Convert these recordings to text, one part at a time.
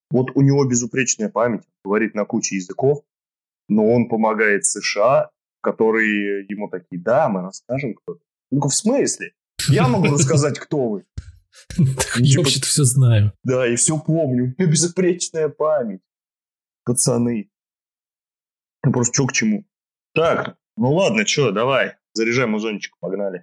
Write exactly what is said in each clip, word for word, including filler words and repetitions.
Вот у него безупречная память, говорит на куче языков, но он помогает США, которые ему такие: да, мы расскажем, кто ты. Ну, в смысле? Я могу рассказать, кто вы. Я вообще-то все знаю. Да, и все помню. У меня безупречная память. Пацаны. Ну, просто что к чему. Так, ну ладно, что, давай. Заряжай музончик, погнали.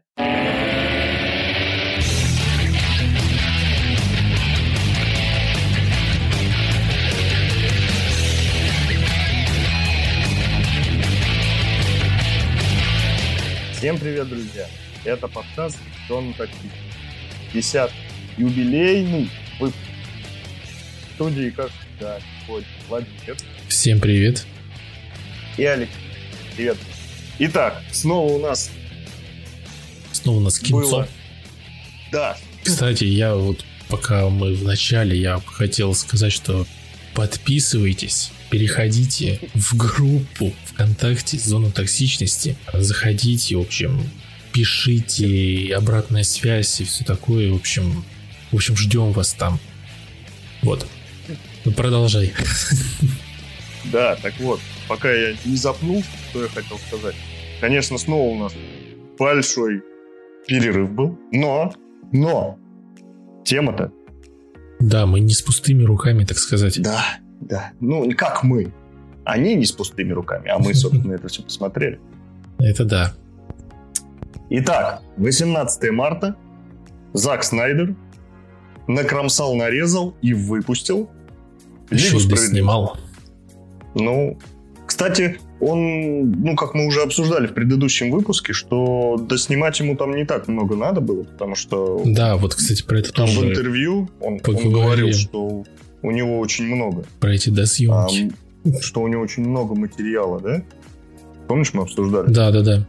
Всем привет, друзья. Это подкаст «Зона Такси». десятый юбилейный выпуск. В студии, как всегда, сегодня Владимир. Всем привет. И Алексей. Привет. Итак, снова у нас... Снова у нас кинцо. Было... Да. Кстати, я вот, пока мы в начале, я хотел сказать, что подписывайтесь, переходите в группу ВКонтакте «Зона токсичности», заходите, в общем, пишите, обратная связь и все такое, в общем, в общем, ждем вас там. Вот. Ну, продолжай. Да, так вот, пока я не запнул, что я хотел сказать. Конечно, снова у нас большой перерыв был, но, но, тема-то. Да, мы не с пустыми руками, так сказать. Да, да. Ну, как мы. Они не с пустыми руками, а мы, собственно, это все посмотрели. Это да. Итак, восемнадцатого марта Зак Снайдер накромсал, нарезал и выпустил Еще и доснимал. Ну, кстати, он, ну, как мы уже обсуждали в предыдущем выпуске, что доснимать ему там не так много надо было, потому что... Да, вот, кстати, про это там тоже в интервью он, он говорил, что у него очень много. Про эти досъемки. А, что у него очень много материала, да? Помнишь, мы обсуждали? Да, да, да.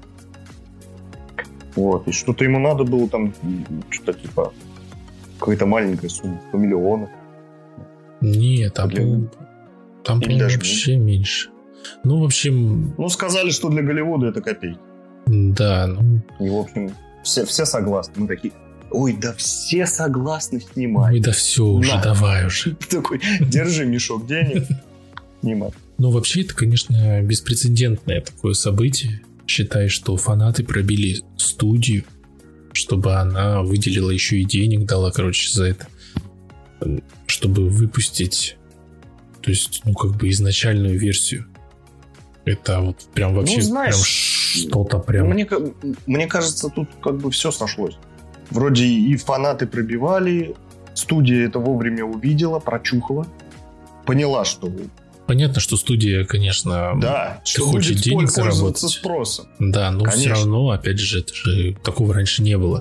Вот, и что-то ему надо было там, что-то типа, какая-то маленькая сумма, сто миллионов. Нет, там, для... по-моему, там, по-моему вообще меньше. меньше. Ну, в общем... Ну, сказали, что для Голливуда это копейки. Да, ну... И, в общем, все, все согласны. Мы такие: ой, да все согласны снимать. Ой, да все уже, На. давай уже. Такой: держи мешок денег, снимай. Ну, вообще, это, конечно, беспрецедентное такое событие. Считай, что фанаты пробили студию, чтобы она выделила еще и денег, дала, короче, за это. Чтобы выпустить, то есть, ну, как бы изначальную версию. Это вот прям вообще, ну, знаешь, прям что-то прям... Мне, мне кажется, тут как бы все сошлось. Вроде и фанаты пробивали, студия это вовремя увидела, прочухала, поняла, что... Понятно, что студия, конечно, да, что хочет денег заработать. Спросом. Да, но конечно. Все равно, опять же, это же такого раньше не было.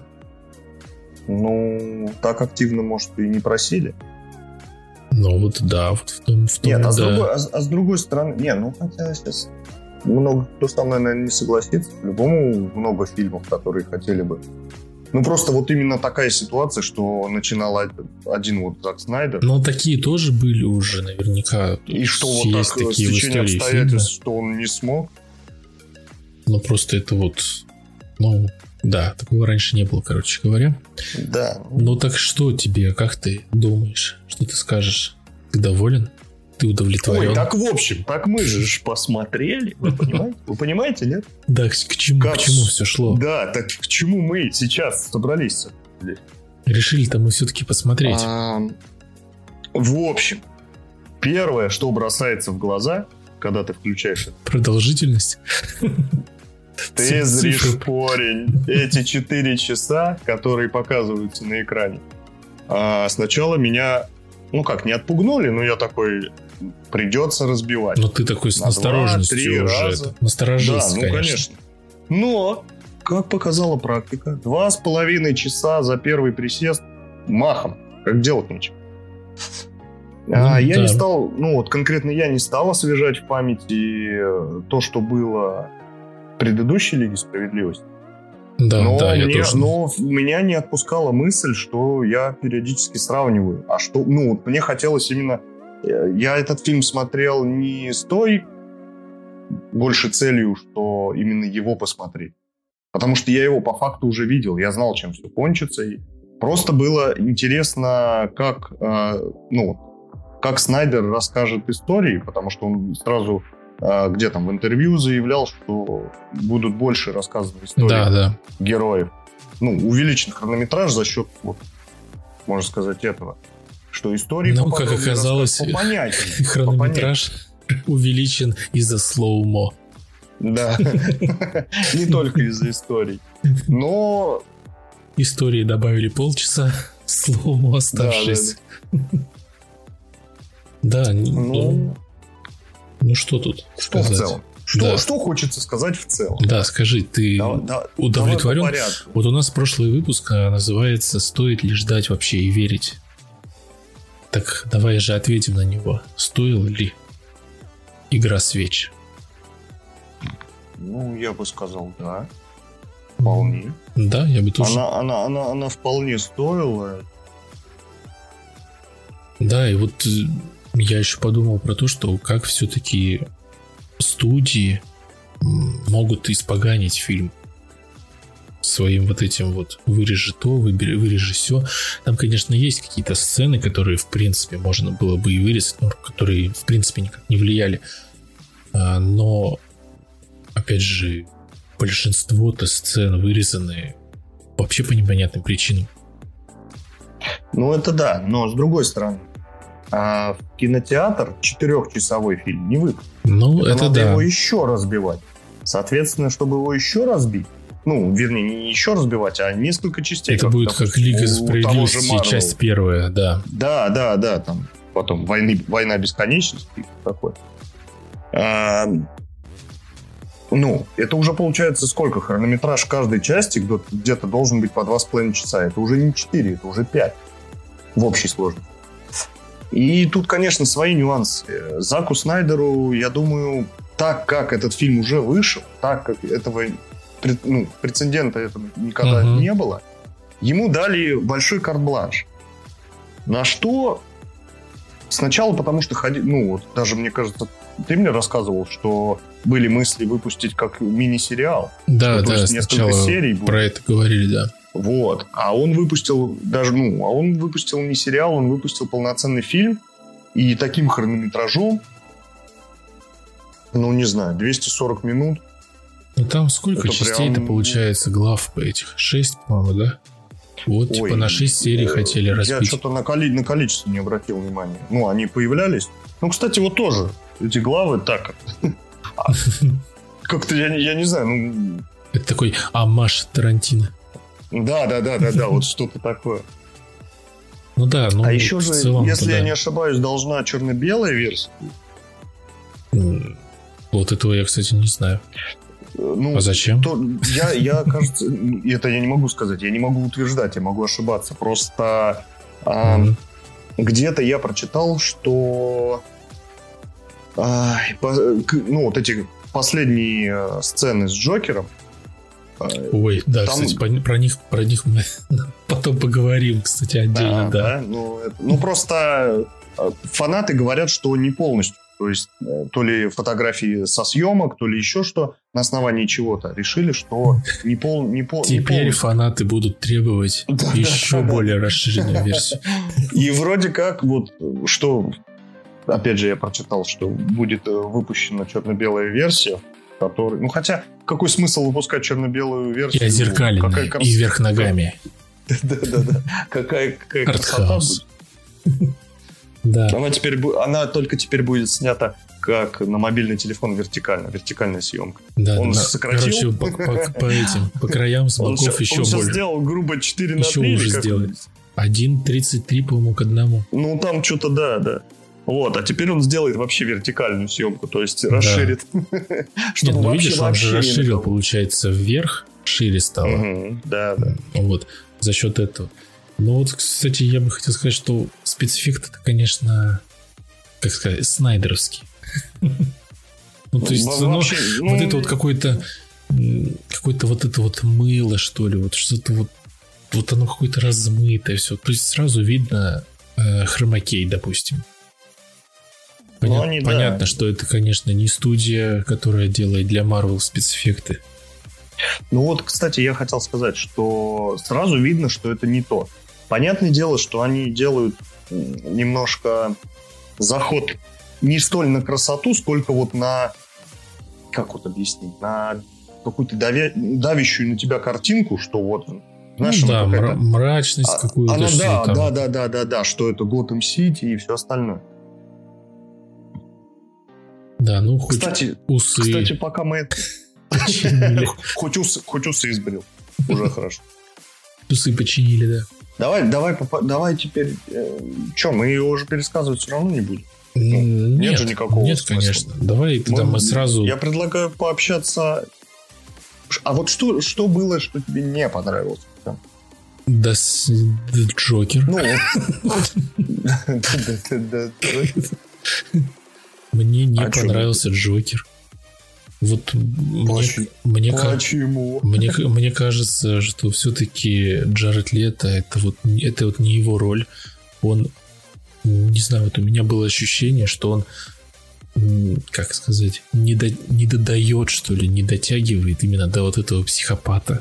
Ну, так активно, может, и не просили. Ну вот да, вот в том, в том Нет, а, да. с другой, а, а с другой стороны, не, ну хотя сейчас много кто со мной, наверное, не согласится. По-любому много фильмов, которые хотели бы. Ну просто вот именно такая ситуация, что начинал один вот Зак Снайдер. Ну такие тоже были уже наверняка. И что вот так такие стечение обстоятельств, что он не смог. Ну просто это вот, ну да, такого раньше не было, короче говоря. Да. Ну так что тебе, как ты думаешь, что ты скажешь? Ты доволен? Ты удовлетворен? Ой, так в общем, так мы же посмотрели, вы понимаете? Вы понимаете, нет? Да, к чему, как... к чему все шло? Да, так к чему мы сейчас собрались? Решили-то мы все-таки посмотреть. А, в общем, первое, что бросается в глаза, когда ты включаешь это... Продолжительность? Ты зришь, парень, эти четыре часа, которые показываются на экране. А сначала меня, ну как, не отпугнули, но я такой... Придется разбивать. Но ты такой с на настороженностью уже. Раза. Насторожился, да, ну, конечно. конечно. Но, как показала практика, два с половиной часа за первый присест махом. Как делать нечего. Ну, а, я да. не стал, ну вот конкретно я не стал освежать в памяти то, что было в предыдущей Лиге Справедливости. Да, но, да, я мне, тоже. но меня не отпускала мысль, что я периодически сравниваю. А что, ну, вот мне хотелось именно... Я этот фильм смотрел не с той больше целью, что именно его посмотреть. Потому что я его по факту уже видел. Я знал, чем все кончится. И просто было интересно, как... Э, ну, как Снайдер расскажет истории, потому что он сразу э, где там в интервью заявлял, что будут больше рассказаны истории да, да. героев. Ну, увеличен хронометраж за счет, вот, можно сказать, этого. Что истории, ну, как оказалось, хронометраж увеличен из-за слоумо. Да, не только из-за историй. Но... Истории добавили полчаса, слоумо оставшись. Да, ну... Ну, что тут Что в целом? Что, что хочется сказать в целом? Да, скажи, ты да, да, удовлетворен? Вот у нас прошлый выпуск называется «Стоит ли ждать вообще и верить?» Так давай же ответим на него. Стоила ли игра свеч? Ну, я бы сказал, да. Вполне. Да, я бы тоже. Она, она, она, она вполне стоила. Да, и вот я еще подумал про то, что как все-таки студии могут испоганить фильм своим вот этим вот вырежи то, вырежи все. Там, конечно, есть какие-то сцены, которые, в принципе, можно было бы и вырезать, но которые, в принципе, никак не влияли. А, но, опять же, большинство-то сцен вырезаны вообще по непонятным причинам. Ну, это да, но с другой стороны, а в кинотеатр четырехчасовой фильм не выпустит. Ну, это, это надо да. его еще разбивать. Соответственно, чтобы его еще разбить, ну, вернее, не еще разбивать, а несколько частей. Это как, будет допустим, как Лига справедливости, часть первая, да. Да, да, да, там потом войны, война бесконечности, такой. А, ну, это уже получается сколько? Хронометраж каждой части где-то должен быть по два с половиной часа. Это уже не четыре, это уже пять в общей сложности. И тут, конечно, свои нюансы. Заку Снайдеру, я думаю, так как этот фильм уже вышел, так как этого, ну, прецедента этого никогда uh-huh. не было, ему дали большой карт-бланш. На что сначала, потому что ходи, ну, вот даже, мне кажется, ты мне рассказывал, что были мысли выпустить как мини-сериал. Да, что, да, есть несколько серий будет. Про это говорили, да. Вот. А он выпустил даже, ну, а он выпустил не сериал, он выпустил полноценный фильм. И таким хронометражом, ну, не знаю, двести сорок минут. Ну, там сколько частей-то прям... получается глав по этих? шесть, по-моему, да? Вот, Ой, типа на шесть серий хотели разбить. Я что-то на, коли... на количество не обратил внимания. Ну, они появлялись. Ну, кстати, вот тоже эти главы так как-то, я не знаю, ну... Это такой оммаж Тарантино. Да, да, да, да, да, вот что-то такое. Ну да, ну а еще же, целом, если да. я не ошибаюсь, должна черно-белая версия. Вот этого я, кстати, не знаю. Ну, а зачем? То, я, я, кажется, это я не могу сказать, я не могу утверждать, я могу ошибаться. Просто а, mm-hmm. где-то я прочитал, что а, по, ну, вот эти последние сцены с Джокером. Ой, да, там... кстати, по, про них про них мы потом поговорим, кстати, отдельно, да. да. да ну, это, ну, просто фанаты говорят, что не полностью. То есть, то ли фотографии со съемок, то ли еще что, на основании чего-то решили, что не пол... Не пол Теперь не фанаты будут требовать да, еще да, более да. расширенную версию. И вроде как, вот, что... Опять же, я прочитал, что будет выпущена черно-белая версия, который... Ну, хотя, какой смысл выпускать черно-белую версию? И озеркаленная, какая крас... и вверх ногами. Да-да-да. Какая красота будет. Да. Она, теперь, она только теперь будет снята как на мобильный телефон вертикально. Вертикальная съемка. Да, он да. сократил. Короче, по, по, по этим, по краям, с боков он еще он больше. Он сделал грубо четыре на еще три. Еще уже сделает. один тридцать три, по-моему, к одному. Ну, там что-то, да, да. Вот, а теперь он сделает вообще вертикальную съемку, то есть расширит. Да. Нет, ну видишь, он же расширил, получается, вверх, шире стало. Угу, да, да. Вот, за счет этого. Ну вот, кстати, я бы хотел сказать, что спецэффект это, конечно, как сказать, снайдеровский. Ну, то есть, вот это вот какое-то какое-то вот это вот мыло, что ли, вот что-то вот, вот оно какое-то размытое все. То есть сразу видно хромакей, допустим. Понят, они, понятно, да. что это, конечно, не студия, которая делает для Marvel спецэффекты. Ну вот, кстати, я хотел сказать, что сразу видно, что это не то. Понятное дело, что они делают немножко заход не столь на красоту, сколько вот на, как вот объяснить, на какую-то давя... давящую на тебя картинку, что вот, знаешь, ну, да, мра- мрачность а, какую-то. Она, что да, там... да, да, да, да, да, что это Готэм-Сити и все остальное. Да, ну хоть кстати, усы. Кстати, пока мы это... Хоть усы, хоть усы избрил. Уже хорошо. Усы починили, да. Давай, давай, давай теперь... Че, мы ее уже пересказывать все равно не будем? Ну, нет, нет же никакого Нет, смысла. конечно. Давай тогда мы, мы сразу... Я предлагаю пообщаться... А вот что, что было, что тебе не понравилось? Да, Джокер. Ну, мне не понравился Джокер. Вот мне, мне, Почему? Мне, мне кажется, что все-таки Джаред Лето это вот, это вот не его роль. Он, не знаю, вот у меня было ощущение, что он, как сказать, не, до, не додает, что ли, не дотягивает именно до вот этого психопата.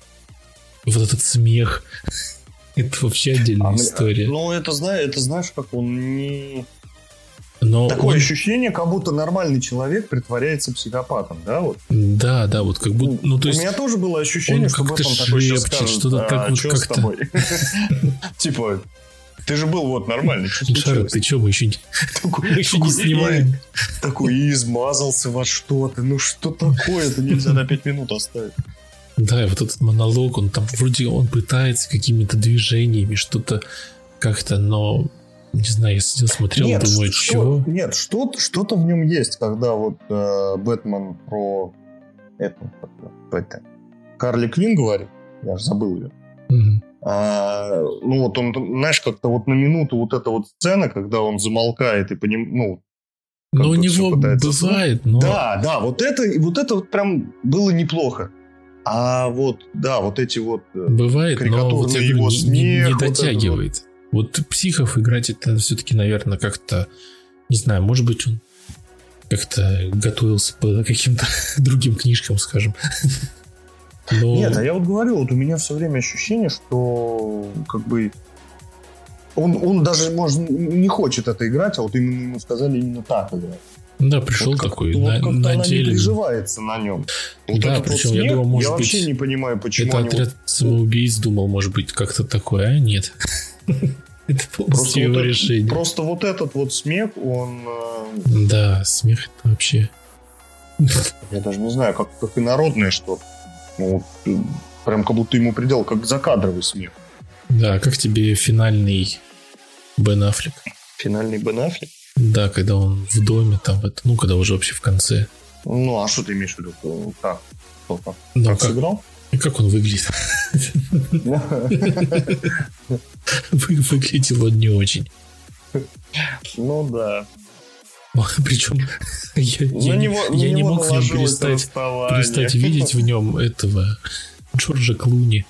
И вот этот смех, это вообще отдельная а история. Мне, ну, это, это знаешь, как он не... Но такое он... ощущение, как будто нормальный человек притворяется психопатом, да? Вот? Да, да, вот как будто... Ну, то есть у меня тоже было ощущение, он что как-то Бэтмен такой сейчас скажет, что-то так а вот что как-то... с тобой? Типа, ты же был вот нормальный, что случилось? Ты что, мы еще не снимаем? Такой, и измазался во что-то, ну что такое, это нельзя на пять минут оставить. Да, и вот этот монолог, он там вроде он пытается какими-то движениями что-то как-то, но... Не знаю, я сидел, смотрел, нет, думаю, что, чего? Нет, что-то, что-то в нем есть, когда вот э, Бэтмен про это, это Харли Квинн говорит, я же забыл ее. Mm-hmm. А, ну вот он, знаешь, как-то вот на минуту вот эта вот сцена, когда он замолкает и поним, ну. Но у него бывает, но... Да, да, вот это, вот это вот прям было неплохо. А вот, да, вот эти вот бывает, но вот я его говорю, смех, не, не вот дотягивает. Вот психов играть это все-таки, наверное, как-то, не знаю, может быть, он как-то готовился по каким-то другим книжкам, скажем. Но... Нет, а я вот говорю, вот у меня все время ощущение, что как бы он, он даже, может, не хочет это играть, а вот именно ему сказали именно так играть. Да, пришел вот такой, вот на, как-то на она деле. не приживается на нем. Вот да, причем вот смех, я думал, может я быть, вообще не понимаю, почему это они... отряд самоубийц, думал, может быть, как-то такое, а нет. Это полностью его вот решение. Это, просто вот этот вот смех, он... Да, смех это вообще... Я даже не знаю, как, как инородное что-то. Ну, прям как будто ему предел, как закадровый смех. Да, как тебе финальный Бен Аффлек? Финальный Бен Аффлек? Да, когда он в доме, там, это, ну, когда уже вообще в конце. Ну, а что ты имеешь в виду? Как? Как, ну, как, как сыграл? И как он выглядит? Выглядел он не очень. Ну да. Причем я, я, него, я не мог в нем перестать, перестать видеть в нем этого Джорджа Клуни.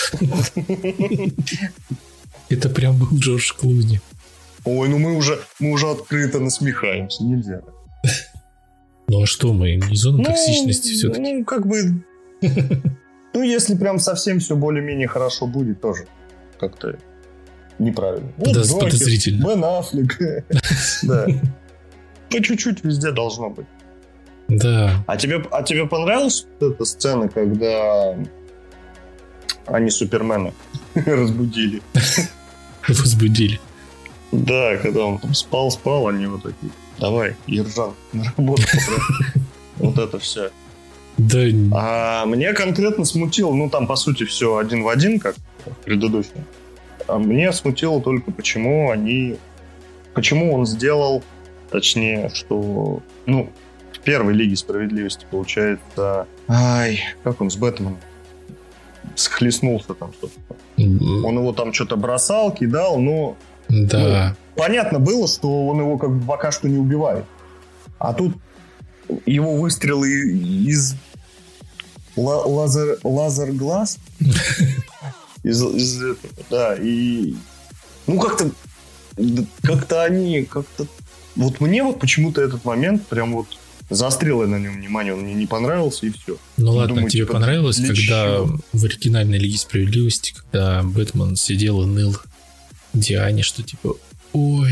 Это прям был Джордж Клуни. Ой, ну мы уже, мы уже открыто насмехаемся, нельзя. Ну а что, мы не зона ну, токсичности все-таки? Ну, как бы... Ну, если прям совсем все более-менее хорошо будет, тоже как-то неправильно. Вот да, Джокер, подозрительно. Бен Аффлек. Да. По чуть-чуть везде должно быть. Да. А тебе, а тебе понравилась эта сцена, когда они Супермена разбудили? Возбудили. Да, когда он там спал-спал, они вот такие: давай, Ержан, на работу. Вот это все. Да. А мне конкретно смутило, ну там по сути все один в один, как предыдущий. А мне смутило только, почему они, почему он сделал, точнее, что, ну, в первой Лиге Справедливости получается, ай, как он с Бэтменом схлестнулся там что-то. Он его там что-то бросал, кидал, но да. Ну, понятно было, что он его как бы пока что не убивает. А тут его выстрелы из лазер, лазер глаз из, из этого, да, и ну как-то как-то они как-то вот мне вот почему-то этот момент прям вот заострило на нем внимание, он мне не понравился и все. Ну ладно, думаю, тебе типа, понравилось, когда чего? В оригинальной Лиге Справедливости, когда Бэтмен сидел и ныл Диане, что типа, ой,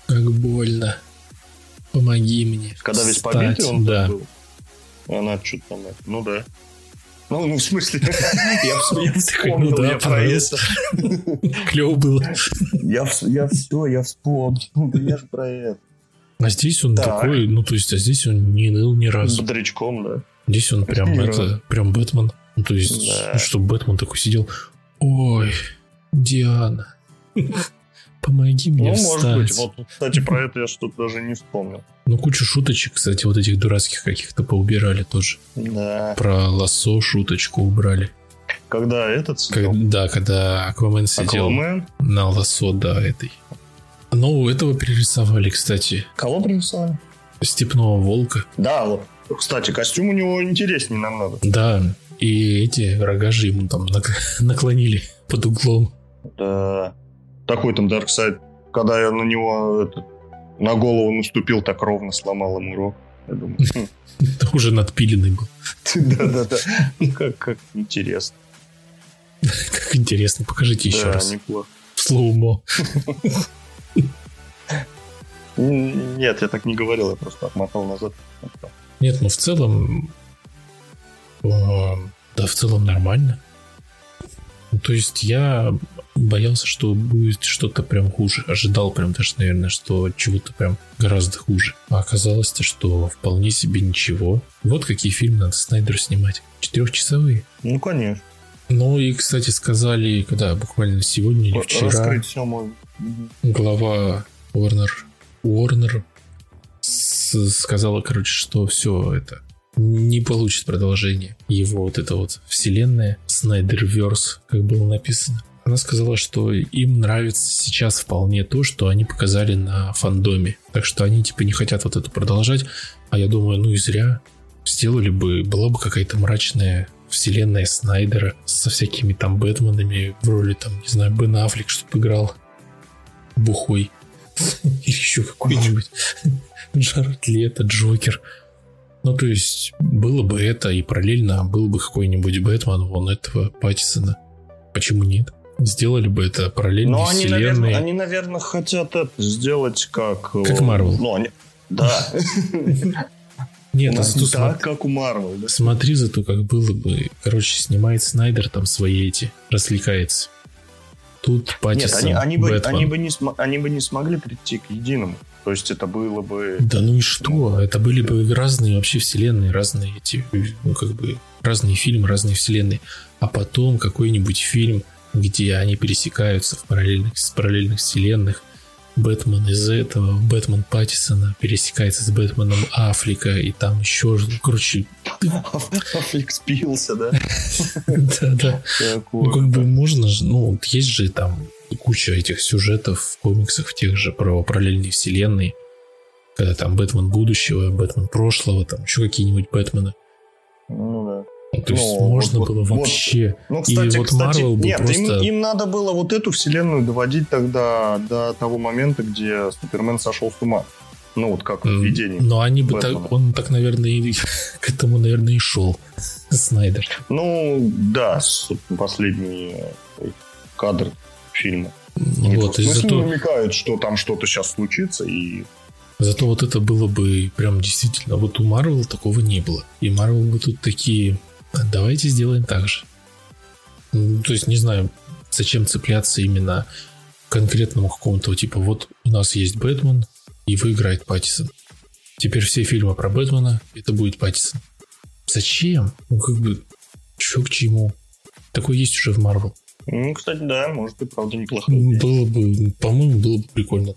Как больно. Помоги мне. Когда весь встать. побитый он да. был. Она что-то там... Ну да. Ну, ну в смысле, я вспомнил, я про это. Клево было. Я все, я вспомнил. Да я же про это. А здесь он такой, ну, то есть, а здесь он не ныл ни разу. Бодрячком, да. Здесь он прям, это, прям Бэтмен. Ну, то есть, да. Чтобы Бэтмен такой сидел. Ой, Диана, помоги мне ну, встать. Ну, может быть. Вот, кстати, про это я что-то даже не вспомнил. Ну, кучу шуточек, кстати, вот этих дурацких каких-то поубирали тоже. Да. Про лассо шуточку убрали. Когда этот сидел? Как, да, когда Аквамен сидел Аквамен? на лассо, да, этой. Ну, этого перерисовали, кстати. Кого перерисовали? Степного волка. Да, вот. Кстати, костюм у него интереснее намного. Да, и эти рога же ему там наклонили под углом. Да. Такой там Дарксайд, когда я на него это, на голову наступил, так ровно сломал ему рог. Я думаю, уже надпиленный был. Да-да-да. Как интересно. Как интересно. Покажите еще раз. Да, неплохо. В слоумо. Нет, я так не говорил, я просто отмотал назад. Нет, ну в целом... Да, в целом нормально. То есть я боялся, что будет что-то прям хуже. Ожидал прям даже, наверное, что чего-то прям гораздо хуже. А оказалось-то, что вполне себе ничего. Вот какие фильмы надо Снайдеру снимать. Четырехчасовые. Ну, конечно. Ну и, кстати, сказали, когда буквально сегодня или вчера... Раскрыть все можно. Глава Warner, Warner сказала, короче, что все это не получит продолжение. Его вот это вот вселенная, Снайдерверс, как было написано. Она сказала, что им нравится сейчас вполне то, что они показали на фандоме. Так что они типа не хотят вот это продолжать. А я думаю, ну и зря. Сделали бы, была бы какая-то мрачная вселенная Снайдера со всякими там Бэтменами в роли там, не знаю, Бен Аффлек, чтобы играл бухой. Или еще какой-нибудь Джаред Лето, Джокер. Ну, то есть, было бы это, и параллельно был бы какой-нибудь Бэтмен вон этого Паттисона. Почему нет? Сделали бы это параллельно Но вселенной. Они, наверное, они, наверное, хотят это сделать как... Как Марвел. Ну, они... Да. Нет, а зато так, как у Марвел. Смотри зато, как было бы. Короче, снимает Снайдер там свои эти, развлекается. Тут Паттисон, Нет, они, они, бы, они, бы не см- они бы не смогли прийти к единому. То есть это было бы... Да ну и что? Это были бы разные вообще вселенные, разные эти, ну как бы, разные фильмы, разные вселенные. А потом какой-нибудь фильм, где они пересекаются в параллельных, в параллельных вселенных. Бэтмен из этого, Бэтмен Паттисона пересекается с Бэтменом Аффлека, и там еще, короче... Аффлек спился, да? Да-да. Ну, как бы можно же, ну, есть же там куча этих сюжетов в комиксах, в тех же про параллельные вселенные, когда там Бэтмен будущего, Бэтмен прошлого, там еще какие-нибудь Бэтмены. Ну, да. То есть ну, можно вот, было вообще. Вот. Ну, кстати, и вот Марвел бы нет, просто... им, им надо было вот эту вселенную доводить тогда до того момента, где Супермен сошел с ума. Ну, вот как в видении. Но они бы так, он так, наверное, и к этому, наверное, и шел. Снайдер. Ну, да, последний кадр фильма. Вот, и зато... зато... намекают, что там что-то сейчас случится, и... Зато вот это было бы прям действительно... Вот у Марвел такого не было. И Марвел бы тут такие... Давайте сделаем так же. Ну, то есть, не знаю, зачем цепляться именно к конкретному какому-то типа, вот у нас есть Бэтмен, и выиграет Паттисон. Теперь все фильмы про Бэтмена, это будет Паттисон. Зачем? Ну, как бы, чё к чему? Такое есть уже в Марвел. Ну, кстати, да, может быть, правда, неплохо. Было бы, по-моему, было бы прикольно.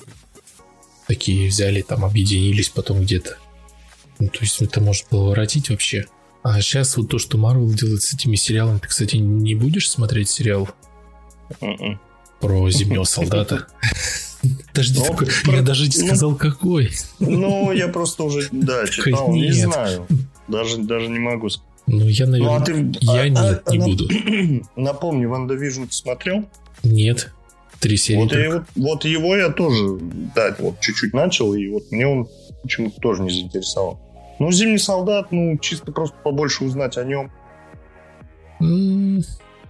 Такие взяли, там, объединились потом где-то. Ну, то есть, это можно было воротить вообще. А сейчас вот то, что Марвел делает с этими сериалами, ты, кстати, не будешь смотреть сериал Mm-mm. про Зимнего солдата? Даже не такой, я даже не сказал, какой. Ну, я просто уже, да, читал, не знаю. Даже, даже не могу сказать. Ну, я, наверное, ну, а ты, я а, нет, а, не а, буду. Напомни, Ванда Вижн ты смотрел? Нет. Три серии вот, я, вот, вот его я тоже, да, вот чуть-чуть начал, и вот мне он почему-то тоже не заинтересовал. Ну, Зимний солдат, ну, чисто просто побольше узнать о нем. Mm,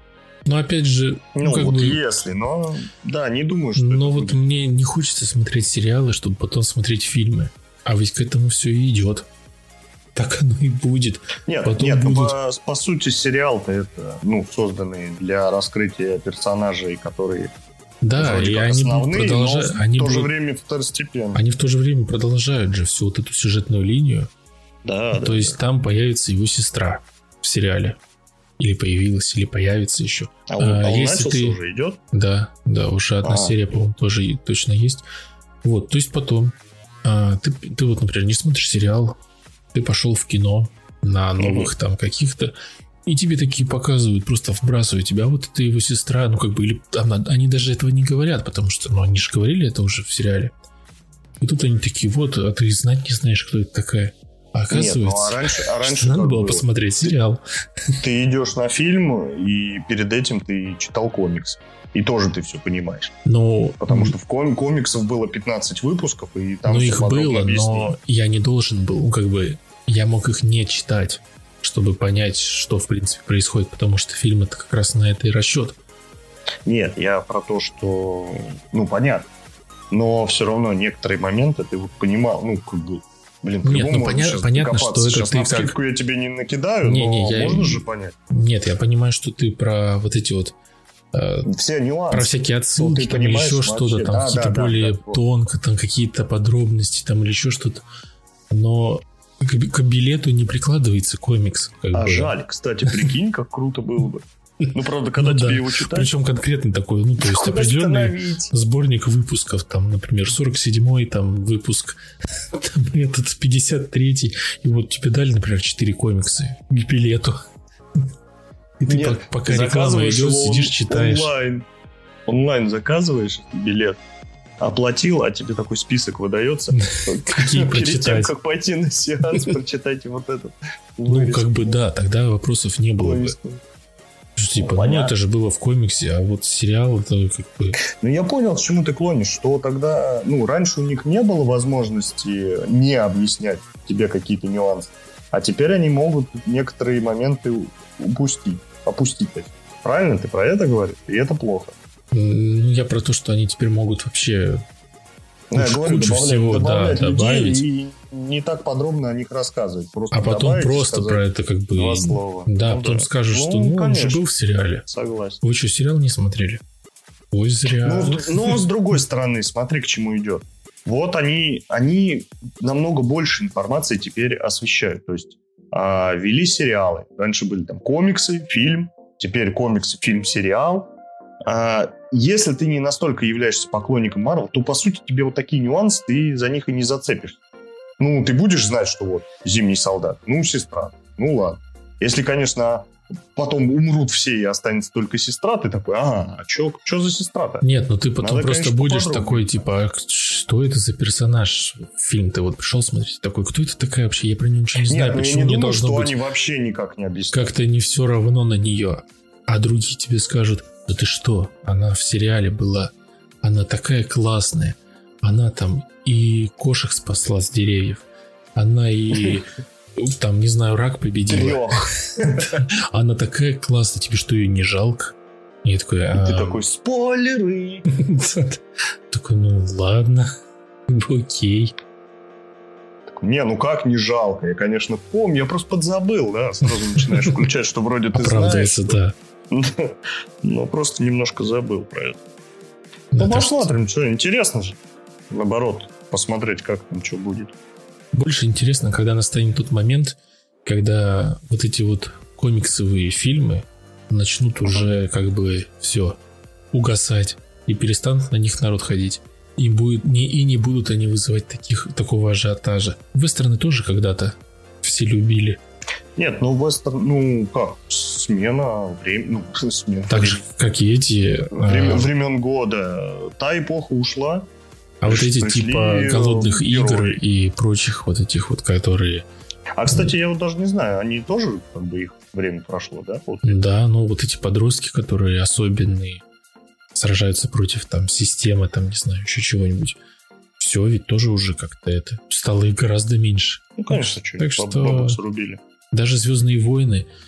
Но опять же... Ну, ну как вот бы, если, но... Да, не думаю, что но это вот будет. мне не хочется смотреть сериалы, чтобы потом смотреть фильмы. А ведь к этому все и идет. Так оно и будет. Нет, потом нет будут... ну, по, по сути, сериал-то это, ну, созданный для раскрытия персонажей, которые... Да, и они будут продолжать... но Они в то же будут... время второстепенные. Они в то же время продолжают же всю вот эту сюжетную линию. Да, то да, есть да. там появится его сестра в сериале. Или появилась, или появится еще. А он, а он если начался ты... уже, идет? Да, да, уже одна А. серия, по-моему, тоже и- точно есть. Вот, то есть потом а, ты, ты вот, например, не смотришь сериал, ты пошел в кино на новых Мгм. там каких-то, и тебе такие показывают, просто вбрасывают тебя, а вот это его сестра, ну как бы, или она, они даже этого не говорят, потому что, ну они же говорили это уже в сериале. И тут они такие, вот, а ты знать не знаешь, кто это такая. А оказывается, Нет, ну, а раньше, а раньше что надо как было было? посмотреть сериал. Ты идешь на фильм, и перед этим ты читал комикс. И тоже ты все понимаешь. Ну, Потому что в ком- комиксов было пятнадцать выпусков, и там ну всё их подробно было, объяснили. но я не должен был, ну как бы, я мог их не читать, чтобы понять, что в принципе происходит, потому что фильм это как раз на это и расчет. Нет, я про то, что... Ну, понятно. Но все равно некоторые моменты ты вот понимал, ну, как бы... Блин, Нет, по-любому ну, можно поня- сейчас понятно, докопаться. что это Сейчас ты на как- вскидку я тебе не накидаю, Не, но не, я- можно же понять. Нет, я понимаю, что ты про вот эти вот э, Все нюансы. про всякие отсылки ты там, или понимаешь еще вообще. что-то, там Да, какие-то да, да, более да, вот. тонко, там какие-то подробности, там или еще что-то. Но к, к билету не прикладывается комикс. Как А бы. жаль, кстати, прикинь, как круто было бы. Ну, правда, когда Ну тебе да. его читать... Причем конкретно такой, ну, то есть куда определенный остановить? сборник выпусков, там, например, сорок седьмой там выпуск, там этот пятьдесят третий, и вот тебе дали, например, четыре комикса к билету. И ты Нет, по- пока реклама заказываешь идет, его сидишь, он- читаешь. Онлайн. Онлайн заказываешь билет, оплатил, а тебе такой список выдается. Какие Перед тем, прочитать. как пойти на сеанс, прочитайте вот этот. Ну, как бы, да, тогда вопросов не было бы. Типа, ну, понятно. это же было в комиксе, а вот сериал, это как бы... Ну, я понял, к чему ты клонишь, что тогда, ну, раньше у них не было возможности не объяснять тебе какие-то нюансы, а теперь они могут некоторые моменты упустить, опустить. Правильно ты про это говоришь? И это плохо. Ну, я про то, что они теперь могут вообще Ну, я кучу, говорю, кучу добавлять, всего, да, добавлять людей добавить. и не так подробно о них рассказывать. Просто А потом добавить и просто сказать про это как бы... два слова. Да, Ну потом да. скажешь, Ну, что ну, он же конечно. был в сериале. Согласен. Вы что, сериал не смотрели? Ой, зря. Ну, с- но с другой стороны, смотри, к чему идет. Вот они, они намного больше информации теперь освещают. То есть а, вели сериалы. Раньше были там комиксы, фильм. Теперь комиксы, фильм, сериал. А, если ты не настолько являешься поклонником Марвел, то, по сути, тебе вот такие нюансы, ты за них и не зацепишься. Ну, ты будешь знать, что вот Зимний солдат, ну, сестра, ну, ладно. Если, конечно, потом умрут все и останется только сестра, ты такой, ага, а что за сестра-то? Нет, ну ты потом Надо, просто конечно, будешь поподробнее. такой, типа, а что это за персонаж? Фильм ты вот пришел смотреть, такой, кто это такая вообще? Я про нее ничего не знаю, Нет, ну, я почему не мне думаю, должно что быть они вообще никак не объясняют. как-то не все равно на нее. А другие тебе скажут, да ты что, она в сериале была, она такая классная, она там и кошек спасла с деревьев, она и там, не знаю, рак победила. Трёх. Она такая классная, тебе что, ее не жалко? И я такой, а... Ты такой, спойлеры. Такой, ну ладно, окей. Не, ну как не жалко? Я, конечно, помню, я просто подзабыл, да? Сразу начинаешь включать, что вроде ты знаешь. Оправдывается, да. Но просто немножко забыл про это. Да, Ну, так что посмотрим, что интересно же. Наоборот, посмотреть, как там что будет. больше интересно, когда настанет тот момент, когда вот эти вот комиксовые фильмы начнут уже как бы все угасать и перестанут на них народ ходить. И, будет, не, и не будут они вызывать таких, такого ажиотажа. Вестерны тоже когда-то все любили. Нет, ну вестерн, ну как, смена времени, ну смена Так же, как и эти. времен, а, времен года. Та эпоха ушла. а вот эти пришли типа голодных герои. игр и прочих вот этих вот, которые... А, кстати, я вот даже не знаю, они тоже, как бы, их время прошло, да? Вот. Да, ну вот эти подростки, которые особенные, сражаются против там системы, там, не знаю, еще чего-нибудь. Все ведь тоже уже как-то это стало их гораздо меньше. Ну, конечно, что Так баб- что- бабок срубили. Даже «Звездные войны»,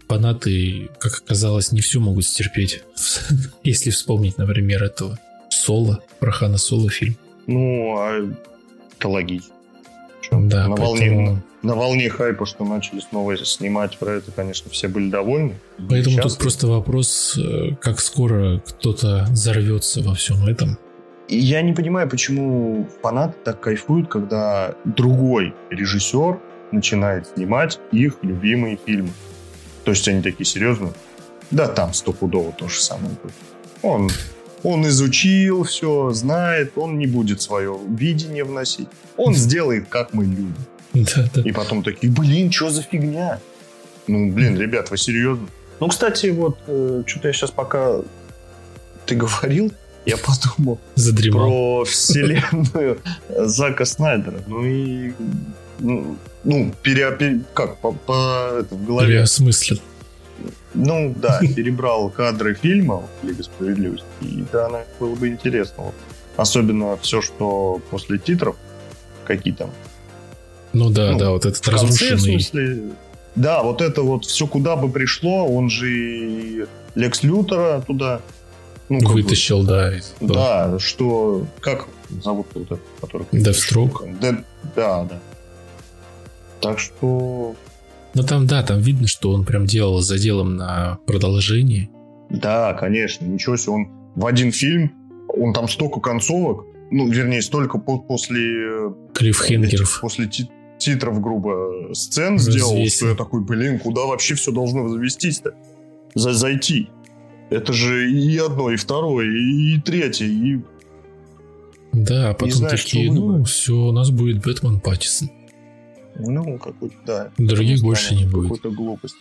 фанаты, как оказалось, не все могут стерпеть. Если вспомнить, например, этого Соло, про Хана Соло фильм. Ну, а это логично. Да, на, поэтому... волне, на волне хайпа, что начали снова снимать про это, конечно, все были довольны. Поэтому сейчас... тут просто вопрос, как скоро кто-то взорвется во всем этом. Я не понимаю, почему фанаты так кайфуют, когда другой режиссер начинает снимать их любимые фильмы. То есть они такие серьезные. Да, там стопудово то же самое будет. Он, он изучил все, знает, он не будет свое видение вносить. Он сделает, как мы любим. Да, да. И потом такие, блин, что за фигня? Ну, блин, ребят, вы серьезно? Ну, кстати, вот, э, что-то я сейчас пока ты говорил, я подумал Задремал. про вселенную Зака Снайдера. Ну и... Ну, ну пере, пере, как, по, по это, в голове. Переосмыслил. Ну, да, перебрал кадры фильма «Лига справедливости». И да, она было бы интересно. Вот. Особенно все, что после титров, какие там. Ну да, ну, да, вот этот в конце, разрушенный... в смысле, да, вот это вот все куда бы пришло, он же и Лекс Лютера туда... Ну, вытащил, бы, да. Да, да, что... Как зовут вот этот, который... Deathstroke? Да, да, да. Так что... Ну там, да, там видно, что он прям делал заделом на продолжение. Да, конечно, ничего себе. Он в один фильм, он там столько концовок, ну, вернее, столько по- после... Клиффхенгеров. После ти- титров, грубо, сцен развесил. Сделал, что я такой, блин, куда вообще все должно завестись-то? За- зайти. Это же и одно, и второе, и третье, и... Да, а потом знаю, такие, ну, все, у нас будет Бэтмен Паттинсон. Ну, какой-то, да. Других больше не будет. Какой-то глупость.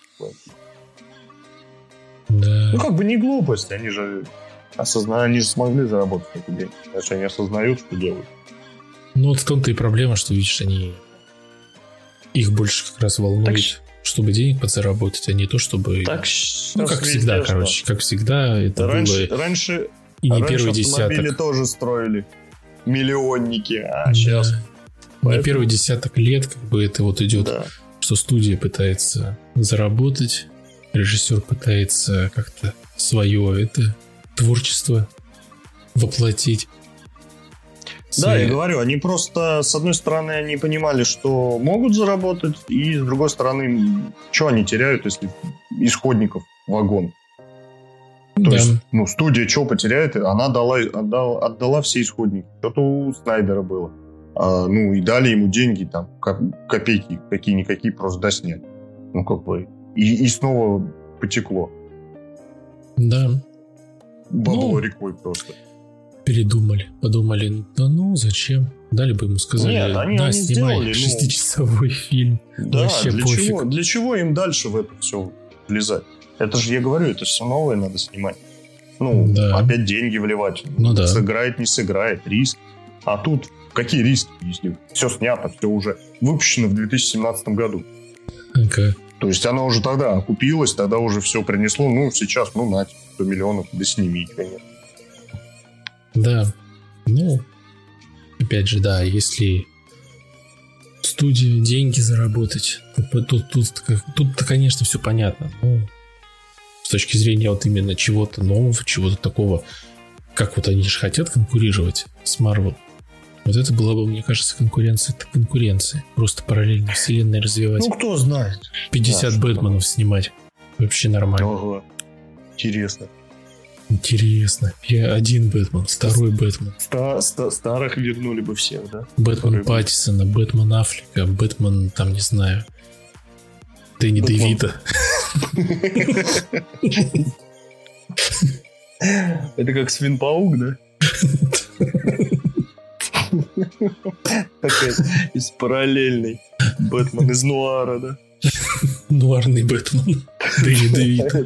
Да. Ну, как бы не глупость, они же осозна... они же смогли заработать эти деньги. Значит, они осознают, что делают. Ну, вот в том-то и проблема, что, видишь, они... Их больше как раз волнует, так... чтобы денег подзаработать, а не то, чтобы... Так, ну, как всегда, короче. Как всегда, это да раньше, было... Раньше, и не раньше первый автомобили десяток. тоже строили. Миллионники, а да. сейчас... Поэтому... Не первый десяток лет, как бы это вот идет, да. что студия пытается заработать, режиссер пытается как-то свое это творчество воплотить. Да, Свои... я говорю, они просто, с одной стороны, они понимали, что могут заработать, и с другой стороны, что они теряют, если исходников вагон. То да. есть, ну, студия что потеряет? Она дала, отдала, отдала все исходники. Что-то у Снайдера было. А, ну, и дали ему деньги, там, копейки, какие-никакие, просто доснять. Ну, как бы... И, и снова потекло. Да. Бабло ну, рекой просто. Передумали. Подумали, да ну, зачем? Дали бы ему, сказали, Нет, они, да, они снимай сделали, шестичасовой ну... фильм. Да, вообще для пофиг. чего, для чего им дальше в это все влезать? Это же, я говорю, это все новое надо снимать. Ну, да. Опять деньги вливать. Ну, да. Сыграет, не сыграет, риск. А тут какие риски, если все снято, все уже выпущено в две тысячи семнадцатом году? Okay. То есть она уже тогда окупилась, тогда уже все принесло. Ну, сейчас, ну, на сто миллионов, да сними, конечно. Да. Ну, опять же, да, если студия деньги заработать, тут, тут, тут, тут-то, конечно, все понятно. Но с точки зрения вот именно чего-то нового, чего-то такого, как вот они же хотят конкурировать с Marvel. Вот это была бы, мне кажется, конкуренция. Это конкуренция. Просто параллельно вселенной развивать. Ну, кто знает. пятьдесят да, Бэтменов снимать. Вообще нормально. Ого. Интересно. Интересно. Я один Бэтмен, второй Бэтмен. Ста- ста- старых вернули бы всех, да? Бэтмен Паттинсона, Бэтмен Аффлека, Бэтмен, там, не знаю, Дэнни Девита. Это как Свин-паук, да? Такая из параллельной. Бэтмен из нуара, да? Нуарный Бэтмен. Дэнни Девита.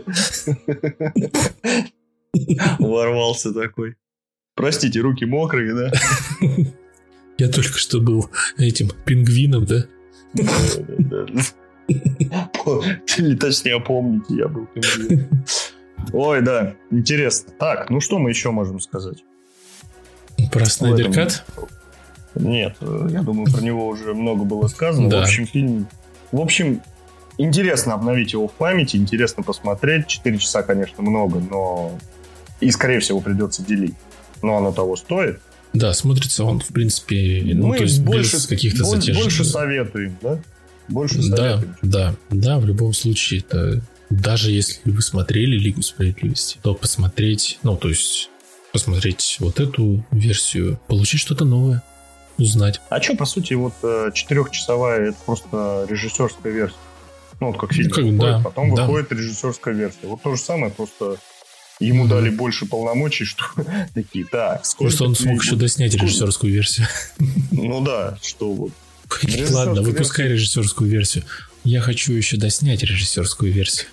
Ворвался такой. Простите, руки мокрые, да? Я только что был этим пингвином, да? Да-да-да. Или точнее, помните, я был пингвином. Ой, да, интересно. Так, ну что мы еще можем сказать? Про Снайдер Кат? Нет, я думаю, про него уже много было сказано. Да. В общем, фильм... В общем, интересно обновить его в памяти, интересно посмотреть. четыре часа, конечно, много, но и, скорее всего, придется делить. Но оно того стоит. Да, смотрится он, в принципе, ну, Мы то есть больше, без каких-то больше, затяжек. больше советуем, да? Больше Да, советуем. да, да, в любом случае, это даже если вы смотрели Лигу Справедливости, то посмотреть, ну, то есть посмотреть вот эту версию, получить что-то новое, узнать. А что, по сути, вот четырехчасовая, это просто режиссерская версия. Ну, вот как фильм как, выходит, да, потом да. выходит режиссерская версия. Вот то же самое, просто ему mm-hmm. дали больше полномочий, что такие, так, сколько... Просто он смог еще доснять режиссерскую версию. Ну да, что вот. Ладно, выпускай режиссерскую версию. Я хочу еще доснять режиссерскую версию.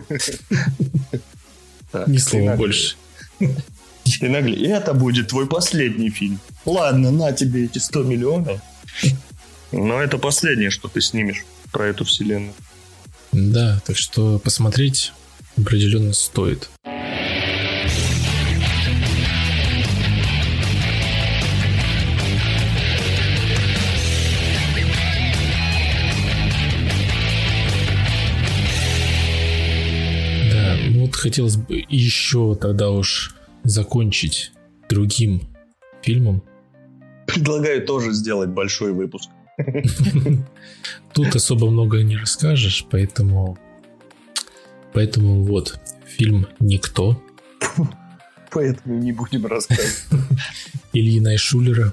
Ни слова больше. Ты наглей. И это будет твой последний фильм. Ладно, на тебе эти сто миллионов. Но это последнее, что ты снимешь про эту вселенную. Да, так что посмотреть определенно стоит. Да, ну вот хотелось бы еще тогда уж закончить другим фильмом. Предлагаю тоже сделать большой выпуск. Тут особо много не расскажешь, поэтому... Поэтому вот, фильм «Никто». Поэтому не будем рассказывать. Ильи Найшулера.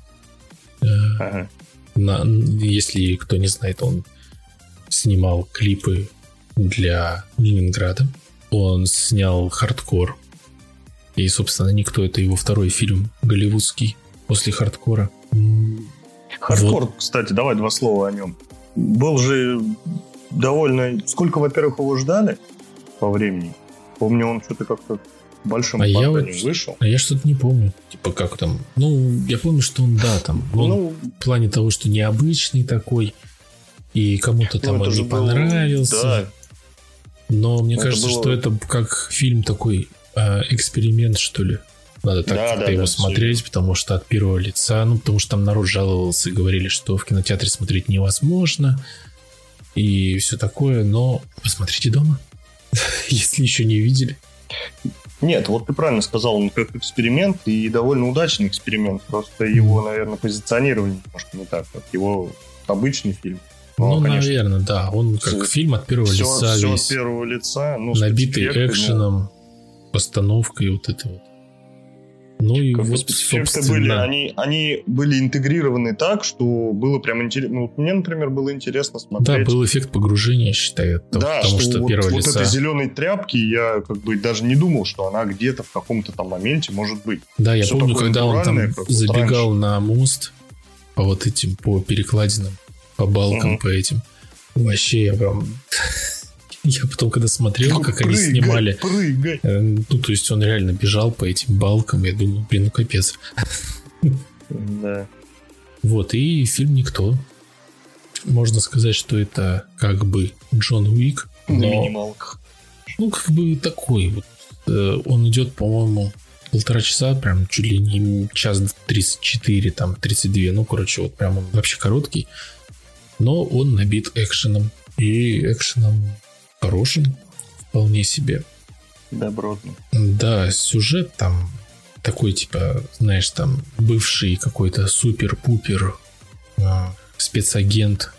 Ага. На, если кто не знает, он снимал клипы для Ленинграда. Он снял «Хардкор». И, собственно, «Никто» — это его второй фильм голливудский после «Хардкора». «Хардкор», вот. Кстати, давай два слова о нем. Был же довольно... Сколько, во-первых, его ждали по времени? Помню, он что-то как-то большим а я вот, вышел. А я что-то не помню. Типа как там... Ну, я помню, что он, да, там... Он ну, в плане того, что необычный такой, и кому-то там ну, он не понравился. Был, да. Но мне это кажется, было... что это как фильм такой э, эксперимент, что ли. Надо так да, да, его да, смотреть, все. Потому что от первого лица, ну, потому что там народ жаловался и говорили, что в кинотеатре смотреть невозможно и все такое, но посмотрите дома, если еще не видели. Нет, вот ты правильно сказал, он как эксперимент и довольно удачный эксперимент, просто его, наверное, позиционировали немножко не так, как его обычный фильм. Но, ну, конечно, наверное, да, он как все, фильм от первого все, лица все весь, от первого лица, ну, набитый экшеном, ну... постановкой вот это вот. Ну и как вот, собственно... были, они, они были интегрированы так, что было прям интересно. Ну, мне, например, было интересно смотреть. Да, был эффект погружения, считаю. Да, потому что, что вот, первое вот лица... этой зеленой тряпки я как бы даже не думал, что она где-то в каком-то там моменте может быть. Да, я все помню, когда он там забегал раньше. На мост по вот этим, по перекладинам, по балкам, mm-hmm. по этим. Вообще я прям... Я потом, когда смотрел, как прыгай, они снимали, прыгай. Ну, то есть он реально бежал по этим балкам, я думаю, блин, ну капец. Да. Вот, и фильм «Никто». Можно сказать, что это как бы Джон Уик. Но, на минималках. Ну, как бы такой вот. Он идет, по-моему, полтора часа, прям чуть ли не час тридцать четыре, там, тридцать два. Ну, короче, вот прям он вообще короткий. Но он набит экшеном. И экшеном хорошим, вполне себе. Добротный. Да, сюжет там такой, типа, знаешь, там бывший какой-то супер-пупер э, спецагент.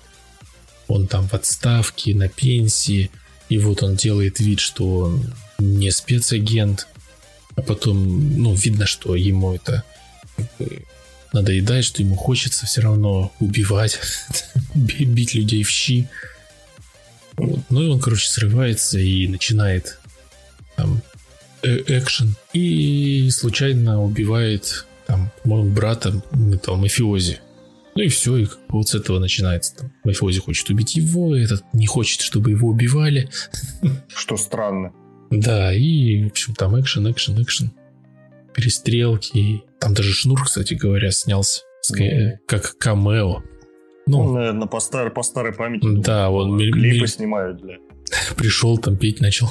Он там в отставке, на пенсии. И вот он делает вид, что он не спецагент. А потом, ну, видно, что ему это как бы надоедает, что ему хочется все равно убивать, бить людей в щи. Вот. Ну и он, короче, срывается и начинает там э- экшен. И случайно убивает там моего брата, этого мафиози. Ну и все, и как бы вот с этого начинается. Там, мафиози хочет убить его, этот не хочет, чтобы его убивали. Что странно. Да, и, в общем, там экшен, экшен, экшен. Перестрелки. Там даже Шнур, кстати говоря, снялся. Mm. Как камео. Ну, он, наверное, по старой, по старой памяти. Да, он клипы мель... снимают для... Пришел, там петь начал.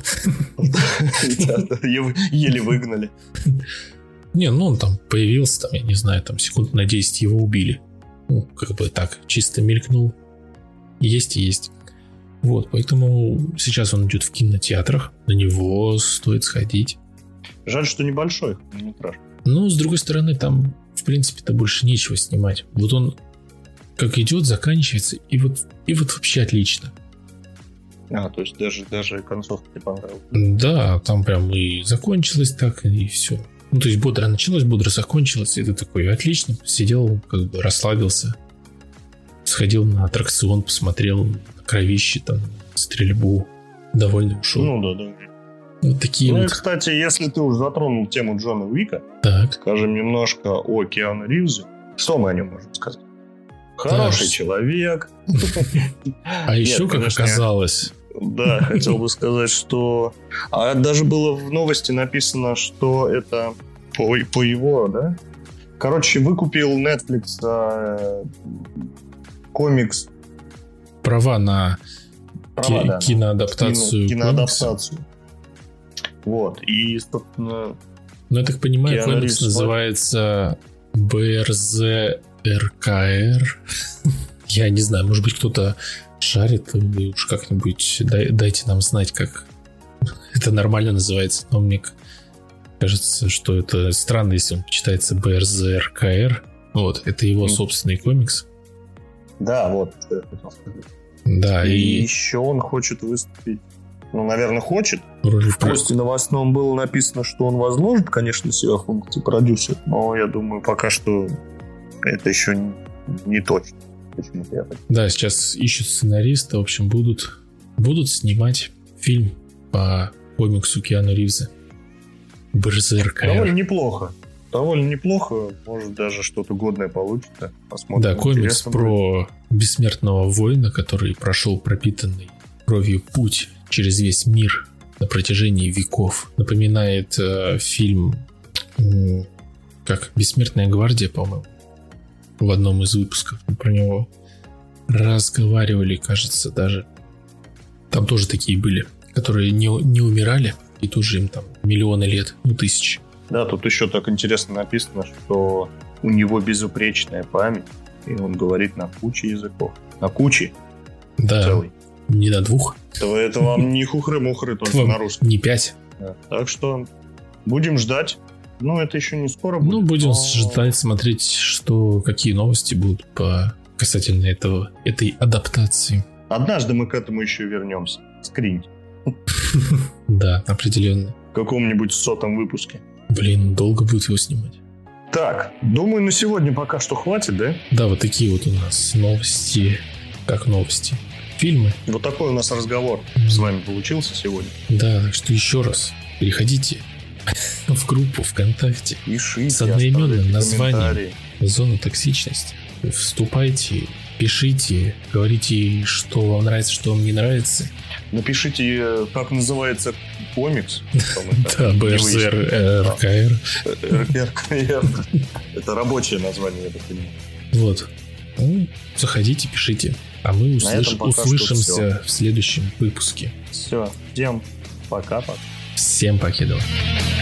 Еле выгнали. Не, ну он там появился, там, я не знаю, там секунд на десять его убили. Ну, как бы так, чисто мелькнул. Есть и есть. Вот, поэтому сейчас он идет в кинотеатрах, на него стоит сходить. Жаль, что небольшой хронометраж. Но, с другой стороны, там, в принципе-то, больше нечего снимать. Вот он как идет, заканчивается, и вот, и вот вообще отлично. А, то есть даже, даже концовка тебе понравилась? Да, там прям и закончилось так, и все. Ну, то есть бодро началось, бодро закончилось, и ты такой, отлично, сидел, как бы расслабился. Сходил на аттракцион, посмотрел на кровище, там, стрельбу, довольно ушел. Ну да, да. Вот такие ну вот. И, кстати, если ты уже затронул тему Джона Уика, так. скажем немножко о Киану Ривзе. Что мы о нем можем сказать? Хороший да. человек. А еще, как оказалось... Да, хотел бы сказать, что... А даже было в новости написано, что это по, по его, да? Короче, выкупил Netflix э, комикс. Права на Права, ки- да, киноадаптацию. Кино, киноадаптацию. Вот. И, собственно... Ну, я так понимаю, Киану комикс Ривз называется бэ эр зэ эр ка эр. Я не знаю, может быть, кто-то шарит, вы уж как-нибудь дай, дайте нам знать, как это нормально называется. Но мне кажется, что это странно, если он читается бэ эр зэ эр ка эр. Вот, это его собственный комикс. Да, вот, что я хотел сказать. Да, и, и... еще он хочет выступить. Ну, наверное, хочет. Роли в посте новостном было написано, что он возложит, конечно, себя функции продюсера. Но я думаю, пока что это еще не, не точно. Да, сейчас ищут сценариста. В общем, будут, будут снимать фильм по комиксу Киану Ривза. бэ эр зэ эр ка эр. Довольно неплохо. Довольно неплохо. Может, даже что-то годное получится. Посмотрим. Да, комикс про бессмертного воина, который прошел пропитанный кровью путь через весь мир на протяжении веков. Напоминает э, фильм э, как «Бессмертная гвардия», по-моему. В одном из выпусков про него разговаривали, кажется, даже. Там тоже такие были, которые не, не умирали, и тоже им там миллионы лет, ну тысячи. Да, тут еще так интересно написано, что у него безупречная память, и он говорит на куче языков. На куче. Да, целый. Не на двух. Это, это вам не хухры-мухры, только на русском. Не пять. Да. Так что будем ждать. Ну, это еще не скоро будет. Ну, будем но... ждать, смотреть, что, какие новости будут по касательно этого, этой адаптации. Однажды мы к этому еще вернемся. Скриньте. Да, определенно. В каком-нибудь сотом выпуске. Блин, долго будет его снимать. Так, думаю, на сегодня пока что хватит, да? Да, вот такие вот у нас новости. Как новости? Фильмы. Вот такой у нас разговор с вами получился сегодня. Да, так что еще раз переходите в группу ВКонтакте. Пишите, с одноименным названием «Зона токсичности». Вступайте, пишите, говорите, что вам нравится, что вам не нравится. Напишите, как называется комикс. Да, бэ эр зэ эр ка эр. эр ка эр. Это рабочее название, я так понимаю. Вот. Заходите, пишите. А мы услышимся в следующем выпуске. Все. Всем пока-пока. Всем покедова.